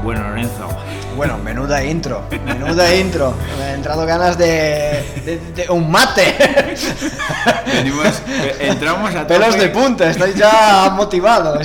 Bueno, Lorenzo. Bueno, menuda intro. Me han entrado ganas de un mate. Entramos a tope. Pelos de punta, estoy ya motivado.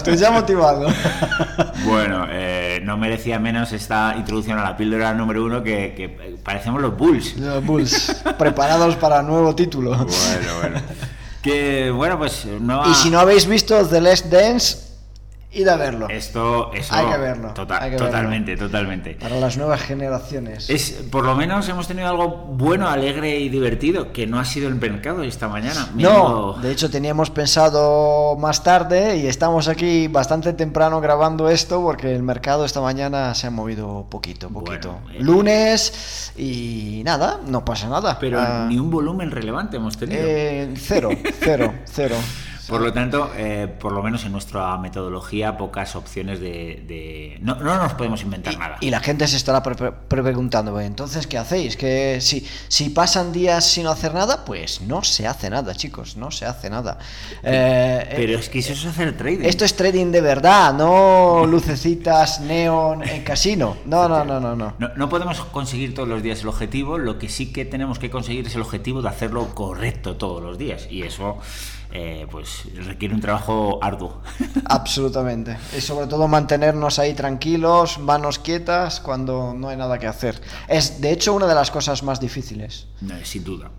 Bueno, no merecía menos esta introducción a la píldora número 1 que parecemos los Bulls. Los Bulls, preparados para nuevo título. Bueno. Que bueno, pues no. Y si no habéis visto The Last Dance, id a verlo. Eso hay que verlo. Totalmente. Para las nuevas generaciones. Por lo menos hemos tenido algo bueno, alegre y divertido, que no ha sido el mercado esta mañana. No, de hecho teníamos pensado más tarde y estamos aquí bastante temprano grabando esto porque el mercado esta mañana se ha movido poquito. Bueno, lunes y nada, no pasa nada. Pero ni un volumen relevante hemos tenido. Cero. Por lo tanto, por lo menos en nuestra metodología, pocas opciones no nos podemos inventar nada. Y la gente se estará preguntando, entonces, ¿qué hacéis? Que si pasan días sin hacer nada, pues no se hace nada, chicos, no se hace nada. Pero es que eso es hacer trading. Esto es trading de verdad, no lucecitas neón en casino. No. No podemos conseguir todos los días el objetivo, lo que sí que tenemos que conseguir es el objetivo de hacerlo correcto todos los días, y eso... pues requiere un trabajo arduo. Absolutamente. Y sobre todo mantenernos ahí tranquilos, manos quietas cuando no hay nada que hacer. Es de hecho una de las cosas más difíciles. Sin duda.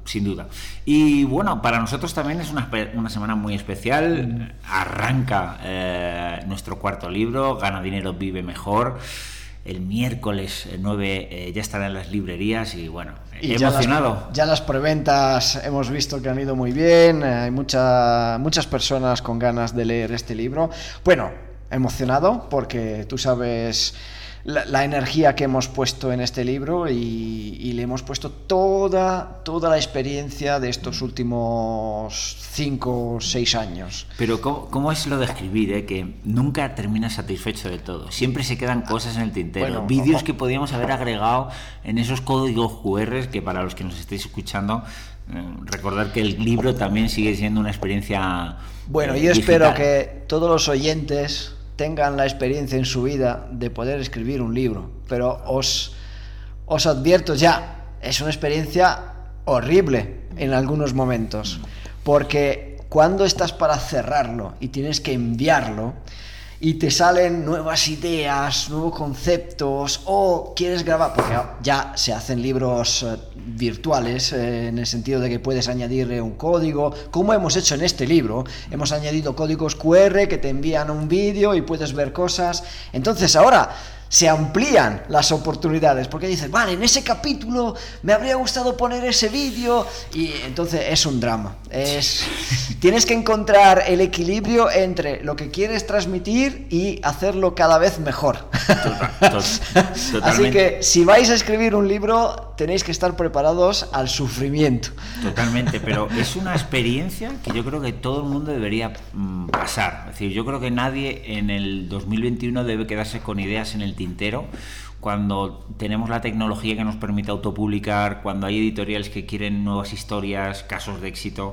Y bueno, para nosotros también es una semana muy especial. Arranca nuestro cuarto libro, Gana Dinero, Vive Mejor. El miércoles 9 ya estará en las librerías y bueno, emocionado. Ya las preventas hemos visto que han ido muy bien, hay muchas personas con ganas de leer este libro. Bueno, emocionado porque tú sabes la energía que hemos puesto en este libro y le hemos puesto toda la experiencia de estos últimos 5 o 6 años. Pero ¿cómo es lo de escribir? Que nunca terminas satisfecho de todo. Siempre se quedan cosas en el tintero. Vídeos que podíamos haber agregado en esos códigos QR que para los que nos estéis escuchando, recordar que el libro también sigue siendo una experiencia Bueno, yo espero que todos los oyentes tengan la experiencia en su vida de poder escribir un libro, pero os advierto ya, es una experiencia horrible en algunos momentos, porque cuando estás para cerrarlo y tienes que enviarlo y te salen nuevas ideas, nuevos conceptos, o quieres grabar, porque ya se hacen libros virtuales, en el sentido de que puedes añadirle un código, como hemos hecho en este libro. Hemos añadido códigos QR que te envían un vídeo y puedes ver cosas. Entonces ahora se amplían las oportunidades, porque dices, vale, en ese capítulo me habría gustado poner ese vídeo, y entonces es un drama. Tienes que encontrar el equilibrio entre lo que quieres transmitir y hacerlo cada vez mejor. Totalmente. Así que si vais a escribir un libro, tenéis que estar preparados al sufrimiento. Totalmente, pero es una experiencia que yo creo que todo el mundo debería pasar. Es decir, yo creo que nadie en el 2021 debe quedarse con ideas en el tintero, cuando tenemos la tecnología que nos permite autopublicar, cuando hay editoriales que quieren nuevas historias, casos de éxito.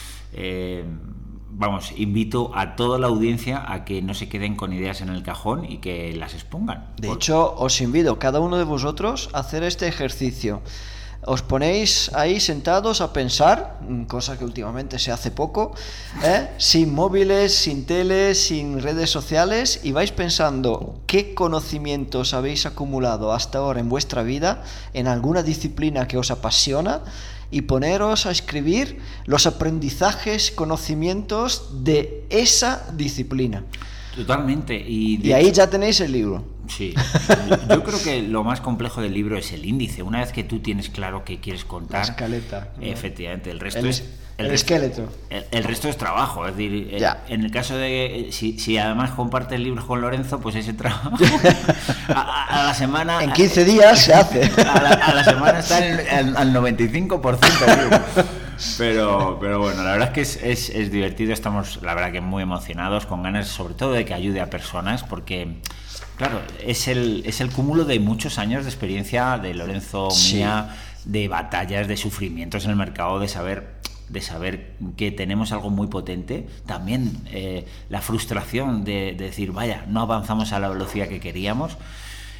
Invito a toda la audiencia a que no se queden con ideas en el cajón y que las expongan. De hecho, os invito, cada uno de vosotros, a hacer este ejercicio. Os ponéis ahí sentados a pensar, cosa que últimamente se hace poco, sin móviles, sin tele, sin redes sociales, y vais pensando qué conocimientos habéis acumulado hasta ahora en vuestra vida, en alguna disciplina que os apasiona, y poneros a escribir los aprendizajes, conocimientos de esa disciplina. Totalmente. Y ahí ya tenéis el libro. Sí, yo creo que lo más complejo del libro es el índice. Una vez que tú tienes claro qué quieres contar, la escaleta, efectivamente, el resto el esqueleto. El resto es trabajo, es decir, en el caso de si además compartes libros con Lorenzo, pues ese trabajo a la semana, en 15 días se hace. A la semana está al 95%. Pero bueno, la verdad es que es divertido. Estamos, la verdad, que muy emocionados, con ganas sobre todo de que ayude a personas, porque claro, es el cúmulo de muchos años de experiencia de Lorenzo, mía, de batallas, de sufrimientos en el mercado, de saber que tenemos algo muy potente. También la frustración de decir, vaya, no avanzamos a la velocidad que queríamos.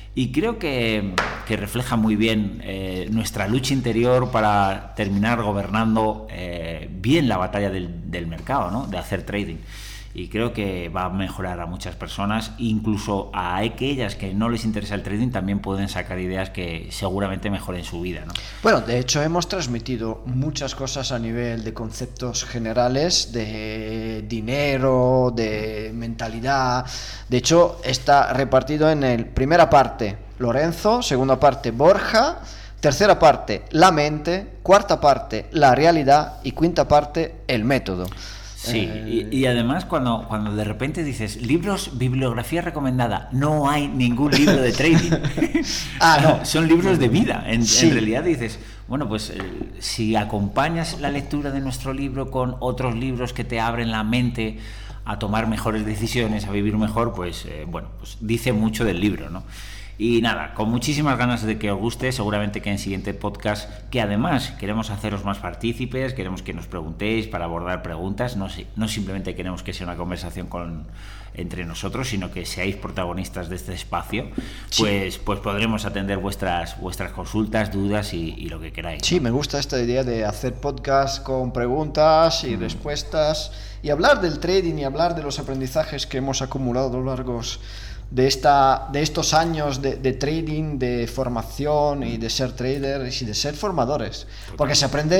Y creo que refleja muy bien nuestra lucha interior para terminar gobernando bien la batalla del mercado, ¿no? De hacer trading. Y creo que va a mejorar a muchas personas, incluso a aquellas que no les interesa el trading también pueden sacar ideas que seguramente mejoren su vida, ¿no? Bueno, de hecho hemos transmitido muchas cosas a nivel de conceptos generales, de dinero, de mentalidad. De hecho está repartido en el primera parte Lorenzo, segunda parte Borja, tercera parte la mente, cuarta parte la realidad y quinta parte el método. Sí, y además cuando de repente dices libros, bibliografía recomendada, no hay ningún libro de trading. No. Son libros de vida. En realidad dices, bueno, pues si acompañas la lectura de nuestro libro con otros libros que te abren la mente a tomar mejores decisiones, a vivir mejor, pues bueno, pues dice mucho del libro, ¿no? Y nada, con muchísimas ganas de que os guste, seguramente que en el siguiente podcast, que además queremos haceros más partícipes, queremos que nos preguntéis para abordar preguntas, no simplemente queremos que sea una conversación entre nosotros, sino que seáis protagonistas de este espacio, pues podremos atender vuestras consultas, dudas y lo que queráis, ¿no? Sí, me gusta esta idea de hacer podcast con preguntas y respuestas y hablar del trading y hablar de los aprendizajes que hemos acumulado a lo largo de estos años de trading, de formación y de ser traders y de ser formadores, porque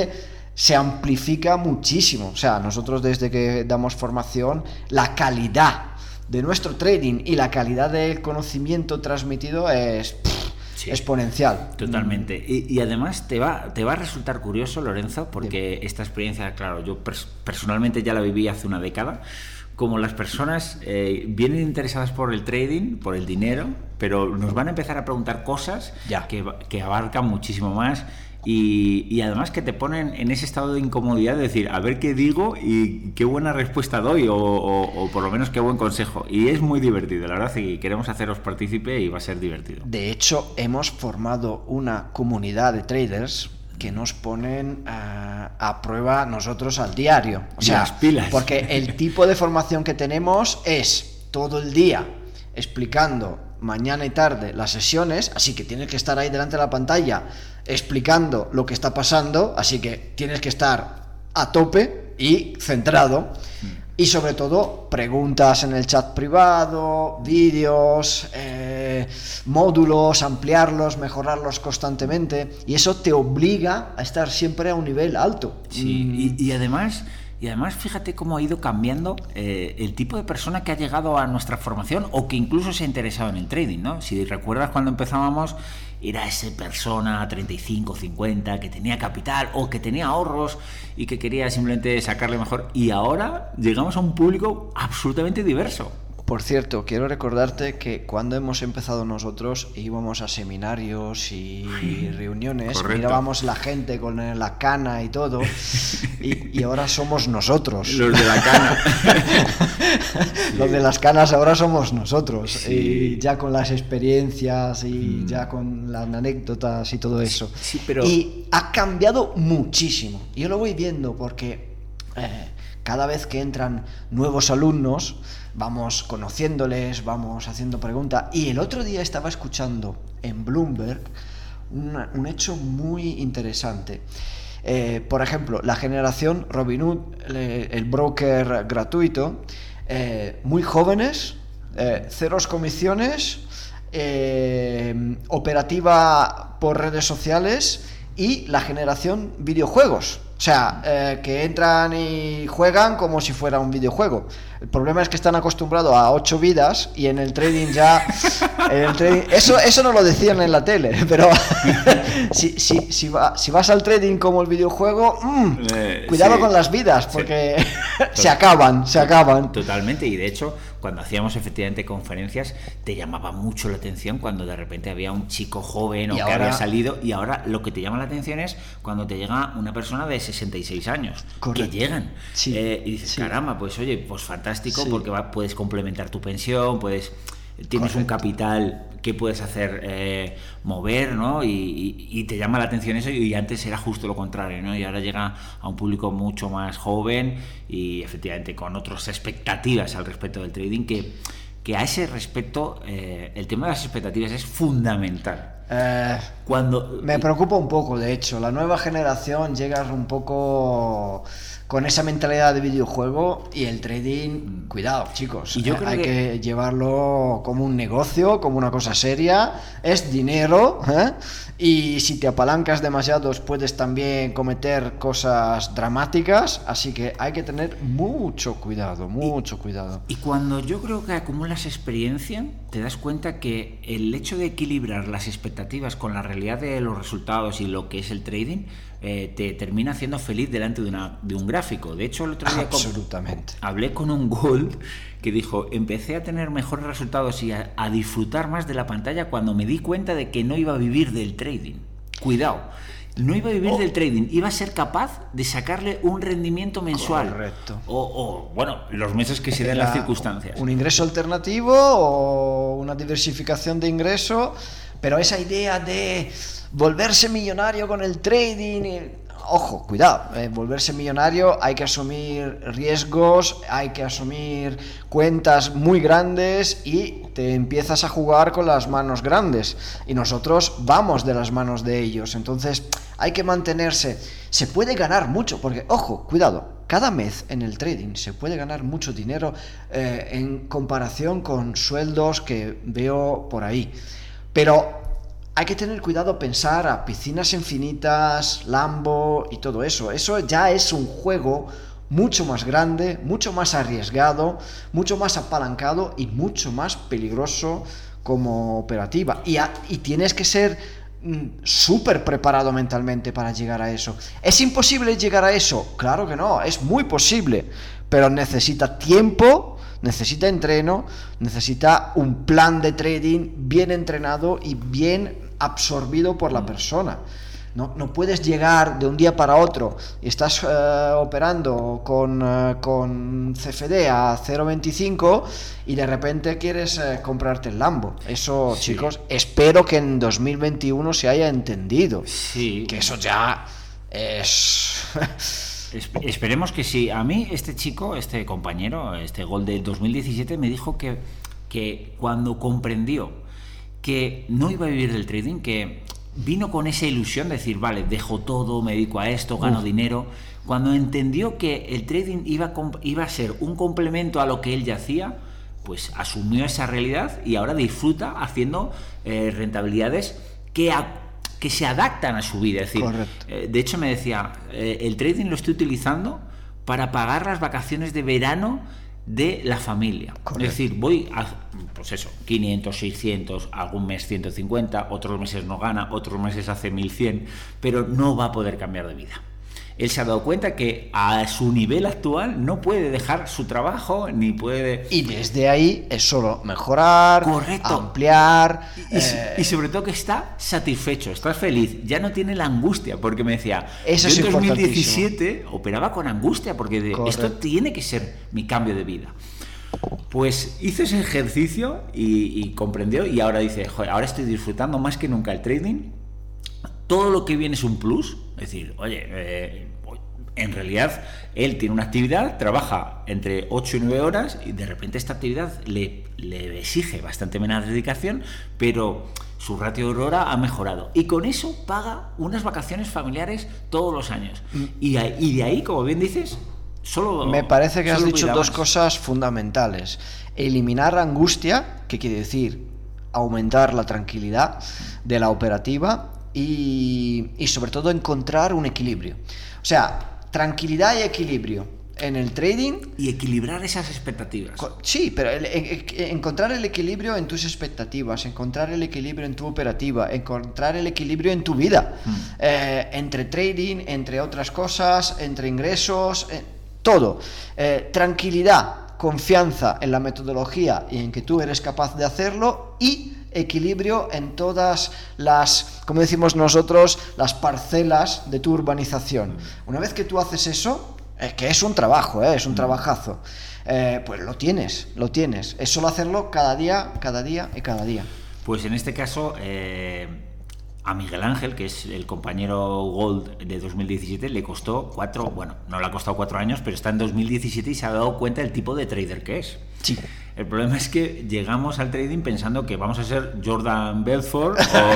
se amplifica muchísimo. O sea, nosotros desde que damos formación, la calidad de nuestro trading y la calidad del conocimiento transmitido es exponencial. Totalmente. Y además te va a resultar curioso, Lorenzo, porque esta experiencia, claro, yo personalmente ya la viví hace una década. Como las personas vienen interesadas por el trading, por el dinero, pero nos van a empezar a preguntar cosas que abarcan muchísimo más y además que te ponen en ese estado de incomodidad de decir, a ver qué digo y qué buena respuesta doy o por lo menos qué buen consejo. Y es muy divertido, la verdad, y queremos haceros partícipe y va a ser divertido. De hecho, hemos formado una comunidad de traders que nos ponen a prueba nosotros al diario. O sea, las pilas. Porque el tipo de formación que tenemos es todo el día explicando mañana y tarde las sesiones, así que tienes que estar ahí delante de la pantalla explicando lo que está pasando, así que tienes que estar a tope y centrado. Y sobre todo, preguntas en el chat privado, vídeos, módulos, ampliarlos, mejorarlos constantemente. Y eso te obliga a estar siempre a un nivel alto. Sí, y además fíjate cómo ha ido cambiando el tipo de persona que ha llegado a nuestra formación o que incluso se ha interesado en el trading, ¿no? Si recuerdas cuando empezábamos, era esa persona 35, 50 que tenía capital o que tenía ahorros y que quería simplemente sacarle mejor. Y ahora llegamos a un público absolutamente diverso. Por cierto, quiero recordarte que cuando hemos empezado nosotros íbamos a seminarios y reuniones, correcto, mirábamos la gente con la cana y todo, y ahora somos nosotros. Los de la cana. Los de las canas ahora somos nosotros, sí, y ya con las experiencias y ya con las anécdotas y todo eso. Sí, pero... Y ha cambiado muchísimo. Yo lo voy viendo porque cada vez que entran nuevos alumnos, vamos conociéndoles, vamos haciendo preguntas. Y el otro día estaba escuchando en Bloomberg un hecho muy interesante. Por ejemplo, la generación Robinhood, el broker gratuito, muy jóvenes, ceros comisiones, operativa por redes sociales, y la generación videojuegos. O sea, que entran y juegan como si fuera un videojuego. El problema es que están acostumbrados a 8 vidas y en el trading ya... eso no lo decían en la tele, pero si vas al trading como el videojuego, cuidado con las vidas, porque se acaban. Totalmente, y de hecho, cuando hacíamos efectivamente conferencias, te llamaba mucho la atención cuando de repente había un chico joven o que había salido, y ahora lo que te llama la atención es cuando te llega una persona de 66 años. Correcto. Que llegan. Sí. Y dices, caramba, pues oye, pues fantástico, porque puedes complementar tu pensión, tienes un capital que puedes hacer mover, ¿no? Y te llama la atención eso, y antes era justo lo contrario, ¿no? Y ahora llega a un público mucho más joven y efectivamente con otras expectativas al respecto del trading que a ese respecto el tema de las expectativas es fundamental. Me preocupa un poco, de hecho. La nueva generación llega un poco con esa mentalidad de videojuego, y el trading, cuidado, chicos. Y yo creo hay que llevarlo como un negocio, como una cosa seria. Es dinero, y si te apalancas demasiado puedes también cometer cosas dramáticas, así que hay que tener mucho cuidado, cuidado. Y cuando yo creo que acumulas experiencia, te das cuenta que el hecho de equilibrar las expectativas con la realidad de los resultados y lo que es el trading te termina haciendo feliz delante de un gráfico. De hecho, el otro día absolutamente hablé con un Gold que dijo: empecé a tener mejores resultados y a disfrutar más de la pantalla cuando me di cuenta de que no iba a vivir del trading. Cuidado, no iba a vivir del trading, iba a ser capaz de sacarle un rendimiento mensual. Correcto. O bueno, los meses que se den las circunstancias. Un ingreso alternativo o una diversificación de ingreso, pero esa idea de volverse millonario con el trading, ojo, cuidado, volverse millonario hay que asumir riesgos, hay que asumir cuentas muy grandes y te empiezas a jugar con las manos grandes, y nosotros vamos de las manos de ellos. Entonces hay que mantenerse. Se puede ganar mucho, porque, ojo, cuidado, cada mes en el trading se puede ganar mucho dinero en comparación con sueldos que veo por ahí, pero hay que tener cuidado, pensar a piscinas infinitas, Lambo y todo eso. Eso ya es un juego mucho más grande, mucho más arriesgado, mucho más apalancado y mucho más peligroso como operativa. Y tienes que ser súper preparado mentalmente para llegar a eso. ¿Es imposible llegar a eso? Claro que no, es muy posible, pero necesita tiempo, necesita entreno, necesita un plan de trading bien entrenado y bien absorbido por la persona. No puedes llegar de un día para otro y estás operando con CFD a 0.25 y de repente quieres comprarte el Lambo. Eso, sí. Chicos, espero que en 2021 se haya entendido. Sí. Que eso ya es... Esperemos que sí. A mí este chico, este compañero, este Gold del 2017 me dijo que cuando comprendió que no iba a vivir del trading, que vino con esa ilusión de decir, vale, dejo todo, me dedico a esto, gano dinero. Cuando entendió que el trading iba a ser un complemento a lo que él ya hacía, pues asumió esa realidad y ahora disfruta haciendo rentabilidades que se adaptan a su vida. Es decir, de hecho me decía, el trading lo estoy utilizando para pagar las vacaciones de verano de la familia. Correcto. Es decir, voy a, pues eso, 500, 600, algún mes 150, otros meses no gana, otros meses hace 1100, pero no va a poder cambiar de vida. Él se ha dado cuenta que a su nivel actual no puede dejar su trabajo ni puede... Y desde ahí es solo mejorar, correcto, ampliar... Y sobre todo que está satisfecho, está feliz, ya no tiene la angustia, porque me decía, eso yo en 2017 operaba con angustia, porque esto tiene que ser mi cambio de vida. Pues hizo ese ejercicio y comprendió, y ahora dice, joder, ahora estoy disfrutando más que nunca el trading. Todo lo que viene es un plus, es decir, oye, en realidad él tiene una actividad, trabaja entre 8 y 9 horas y de repente esta actividad le exige bastante menos dedicación, pero su ratio de hora ha mejorado y con eso paga unas vacaciones familiares todos los años. Y de ahí, como bien dices, me parece que has dicho dos cosas fundamentales: eliminar angustia, que quiere decir aumentar la tranquilidad de la operativa, y sobre todo encontrar un equilibrio. O sea, tranquilidad y equilibrio en el trading. Y equilibrar esas expectativas. Sí, pero encontrar el equilibrio en tus expectativas, encontrar el equilibrio en tu operativa, encontrar el equilibrio en tu vida, entre trading, entre otras cosas, entre ingresos, todo. Tranquilidad, confianza en la metodología y en que tú eres capaz de hacerlo, y equilibrio en todas las, como decimos nosotros, las parcelas de tu urbanización. Una vez que tú haces eso, que es un trabajo, es un trabajazo, pues lo tienes, es solo hacerlo cada día y cada día. Pues en este caso A Miguel Ángel, que es el compañero Gold de 2017, le costó 4, bueno, no le ha costado 4 años, pero está en 2017 y se ha dado cuenta del tipo de trader que es. Sí. El problema es que llegamos al trading pensando que vamos a ser Jordan Belfort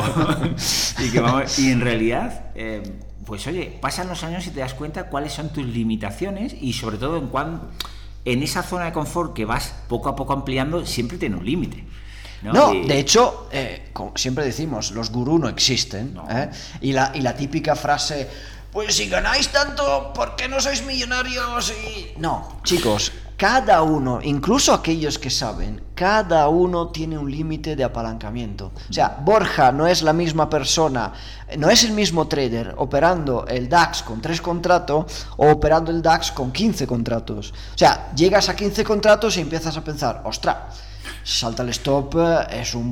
y en realidad, pues oye, pasan los años y te das cuenta cuáles son tus limitaciones y sobre todo en esa zona de confort que vas poco a poco ampliando, siempre tiene un límite. No, de hecho, como siempre decimos, los gurús no existen. No. Y la típica frase, pues si ganáis tanto, ¿por qué no sois millonarios? No, chicos, cada uno, incluso aquellos que saben, cada uno tiene un límite de apalancamiento. O sea, Borja no es la misma persona, no es el mismo trader operando el DAX con 3 contratos o operando el DAX con 15 contratos. O sea, llegas a 15 contratos y empiezas a pensar, ostras, salta el stop, es un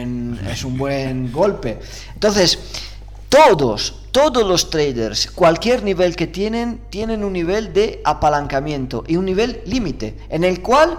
buen golpe. Entonces, todos los traders, cualquier nivel que tienen un nivel de apalancamiento y un nivel límite, en el cual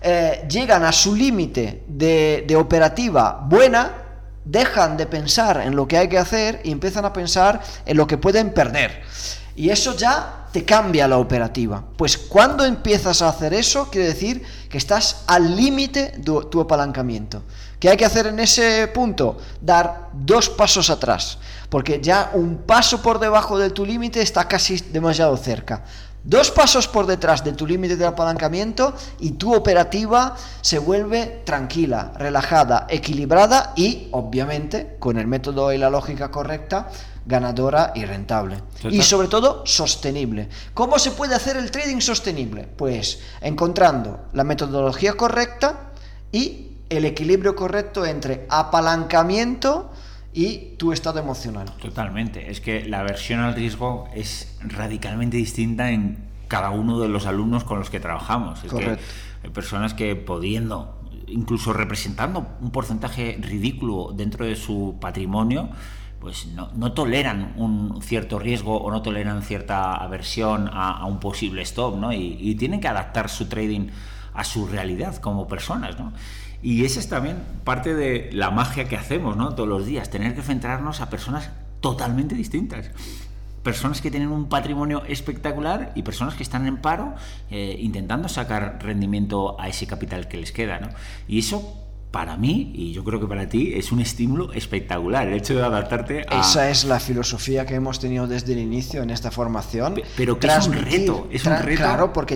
llegan a su límite de operativa buena, dejan de pensar en lo que hay que hacer y empiezan a pensar en lo que pueden perder. Y eso ya te cambia la operativa. Pues cuando empiezas a hacer eso, quiere decir que estás al límite de tu apalancamiento. ¿Qué hay que hacer en ese punto? Dar 2 pasos atrás, porque ya un paso por debajo de tu límite está casi demasiado cerca. 2 pasos por detrás de tu límite de apalancamiento y tu operativa se vuelve tranquila, relajada, equilibrada y, obviamente, con el método y la lógica correcta, ganadora y rentable. Y sobre todo, sostenible. ¿Cómo se puede hacer el trading sostenible? Pues encontrando la metodología correcta y el equilibrio correcto entre apalancamiento y tu estado emocional. Totalmente. Es que la aversión al riesgo es radicalmente distinta en cada uno de los alumnos con los que trabajamos. Es correcto. Que hay personas que pudiendo, incluso representando un porcentaje ridículo dentro de su patrimonio, pues no toleran un cierto riesgo o no toleran cierta aversión a un posible stop, ¿no? Y tienen que adaptar su trading a su realidad como personas, ¿no? Y esa es también parte de la magia que hacemos, ¿no? Todos los días, tener que enfrentarnos a personas totalmente distintas. Personas que tienen un patrimonio espectacular y personas que están en paro intentando sacar rendimiento a ese capital que les queda, ¿no? Y eso, para mí, y yo creo que para ti, es un estímulo espectacular, el hecho de adaptarte a... Esa es la filosofía que hemos tenido desde el inicio en esta formación. Pero que es un reto. Claro, porque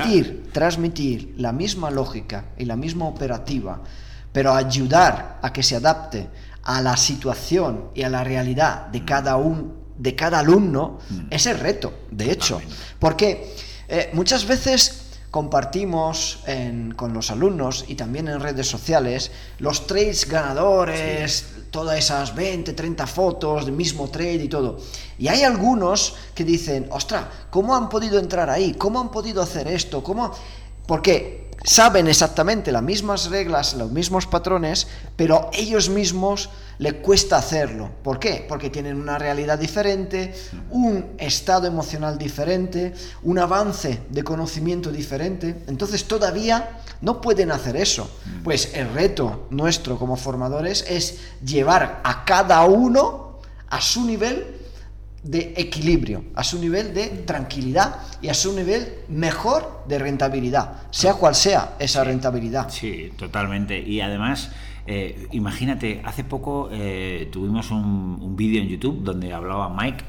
transmitir la misma lógica y la misma operativa, pero ayudar a que se adapte a la situación y a la realidad de cada alumno, es el reto, de hecho. Porque muchas veces compartimos con los alumnos y también en redes sociales los trades ganadores, sí, todas esas 20, 30 fotos del mismo trade y todo. Y hay algunos que dicen, ostras, ¿cómo han podido entrar ahí? ¿Cómo han podido hacer esto? Porque saben exactamente las mismas reglas, los mismos patrones, pero ellos mismos les cuesta hacerlo. ¿Por qué? Porque tienen una realidad diferente, un estado emocional diferente, un avance de conocimiento diferente. Entonces todavía no pueden hacer eso. Pues el reto nuestro como formadores es llevar a cada uno a su nivel de equilibrio, a su nivel de tranquilidad y a su nivel mejor de rentabilidad, sea cual sea esa rentabilidad. Sí, totalmente. Y además, imagínate, hace poco tuvimos un vídeo en YouTube donde hablaba Mike,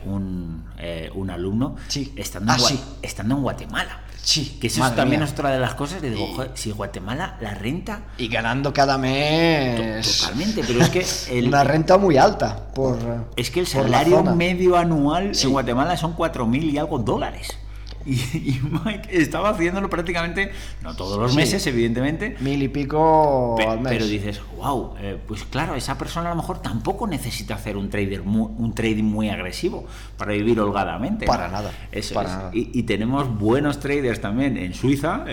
un alumno, sí, estando en Guatemala. Sí, que eso también es otra de las cosas que digo, joder, si Guatemala la renta y ganando cada mes totalmente, pero es que una renta muy alta es que el salario medio anual en Guatemala son 4.000 y algo dólares. Y Mike estaba haciéndolo prácticamente, no todos los meses, evidentemente, 1.000 y pico al mes. Pero dices, wow, pues claro, esa persona a lo mejor tampoco necesita hacer un trading muy agresivo para vivir holgadamente. Para nada. Eso para nada. Y tenemos buenos traders también en Suiza.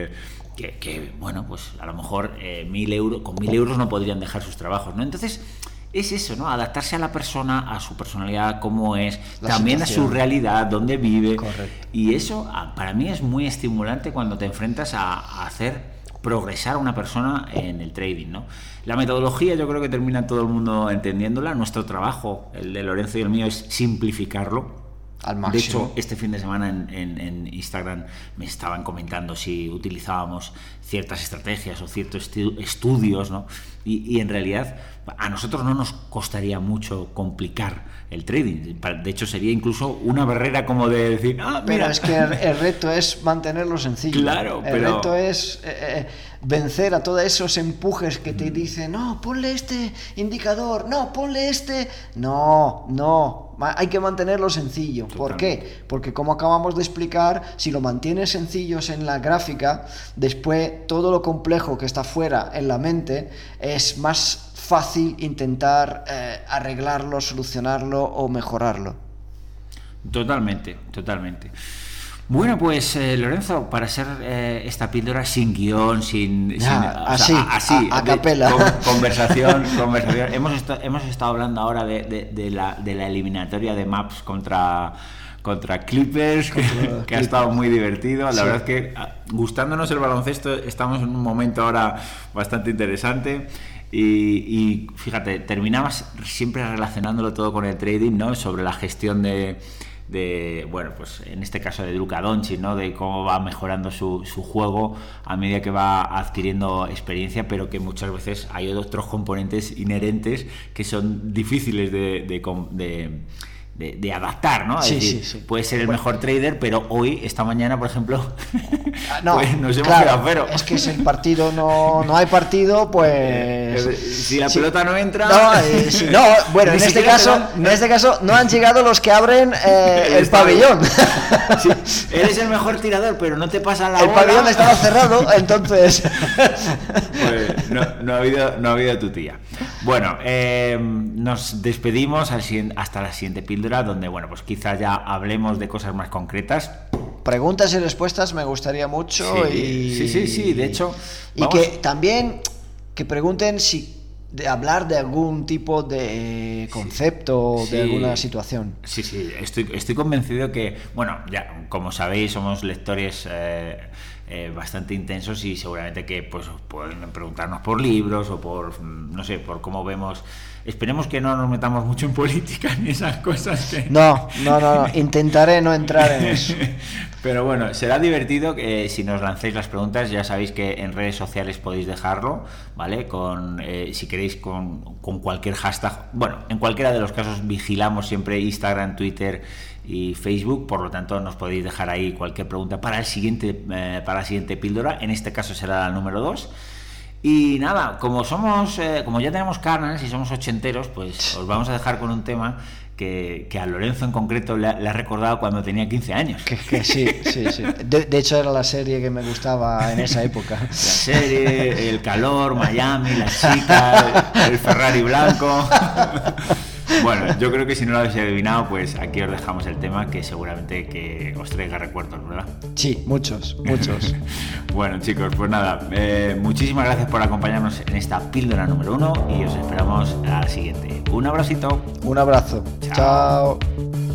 Que bueno, pues a lo mejor 1.000 euros, con 1.000 euros no podrían dejar sus trabajos, ¿no? Entonces es eso, ¿no? Adaptarse a la persona, a su personalidad, cómo es, también situación, a su realidad, dónde vive. Correcto. Y eso para mí es muy estimulante cuando te enfrentas a hacer progresar a una persona en el trading, ¿no? La metodología yo creo que termina todo el mundo entendiéndola. Nuestro trabajo, el de Lorenzo y el mío, es simplificarlo. Al máximo. De hecho, este fin de semana en Instagram me estaban comentando si utilizábamos ciertas estrategias o ciertos estudios, ¿no? Y en realidad a nosotros no nos costaría mucho complicar el trading. De hecho, sería incluso una barrera como de decir, mira. Pero es que el reto es mantenerlo sencillo. Claro, el reto es vencer a todos esos empujes que te dicen, no, ponle este indicador, no, ponle este. No, hay que mantenerlo sencillo. Totalmente. ¿Por qué? Porque como acabamos de explicar, si lo mantienes sencillos en la gráfica, después todo lo complejo que está fuera en la mente es más fácil intentar arreglarlo, solucionarlo o mejorarlo. Totalmente. Bueno, pues Lorenzo, para ser esta píldora sin guión, así, a capela. Conversación. Hemos estado hablando ahora de la eliminatoria de Maps contra Clippers, que ha estado muy divertido. La verdad es que gustándonos el baloncesto, estamos en un momento ahora bastante interesante. Y fíjate, terminabas siempre relacionándolo todo con el trading, ¿no? Sobre la gestión de bueno, pues en este caso de Luka Doncic, ¿no? De cómo va mejorando su juego a medida que va adquiriendo experiencia, pero que muchas veces hay otros componentes inherentes que son difíciles de adaptar, ¿no? Es decir, puede ser el mejor trader, pero esta mañana, por ejemplo, pues nos hemos quedado cero. Es que si el partido no hay partido, pues si la pelota no entra, bueno, en este caso no han llegado los que abren el pabellón. Sí, eres el mejor tirador, pero no te pasa la bola. El pabellón estaba cerrado, entonces pues no ha habido tu tía. Bueno, nos despedimos hasta la siguiente píldora, donde, bueno, pues quizás ya hablemos de cosas más concretas. Preguntas y respuestas me gustaría mucho. Sí, de hecho. Y que también que pregunten si hablar de algún tipo de concepto, de alguna situación. Sí, estoy convencido que, bueno, ya como sabéis, somos lectores bastante intensos y seguramente que pues pueden preguntarnos por libros o por, no sé, por cómo vemos. Esperemos que no nos metamos mucho en política ni esas cosas que... No, intentaré no entrar en eso. Pero bueno, será divertido que si nos lancéis las preguntas. Ya sabéis que en redes sociales podéis dejarlo, ¿vale? Si queréis con cualquier hashtag. Bueno, en cualquiera de los casos vigilamos siempre Instagram, Twitter y Facebook, por lo tanto nos podéis dejar ahí cualquier pregunta para la siguiente píldora. En este caso será la número 2. Y nada, como ya tenemos canas y somos ochenteros, pues os vamos a dejar con un tema que a Lorenzo en concreto le ha recordado cuando tenía 15 años. Que sí. De hecho era la serie que me gustaba en esa época. La serie, el calor, Miami, la chica, el Ferrari blanco. Bueno, yo creo que si no lo habéis adivinado, pues aquí os dejamos el tema, que seguramente que os traiga recuerdos, ¿verdad? Sí, muchos. Bueno, chicos, pues nada, muchísimas gracias por acompañarnos en esta píldora número 1 y os esperamos a la siguiente. Un abracito. Un abrazo. Chao.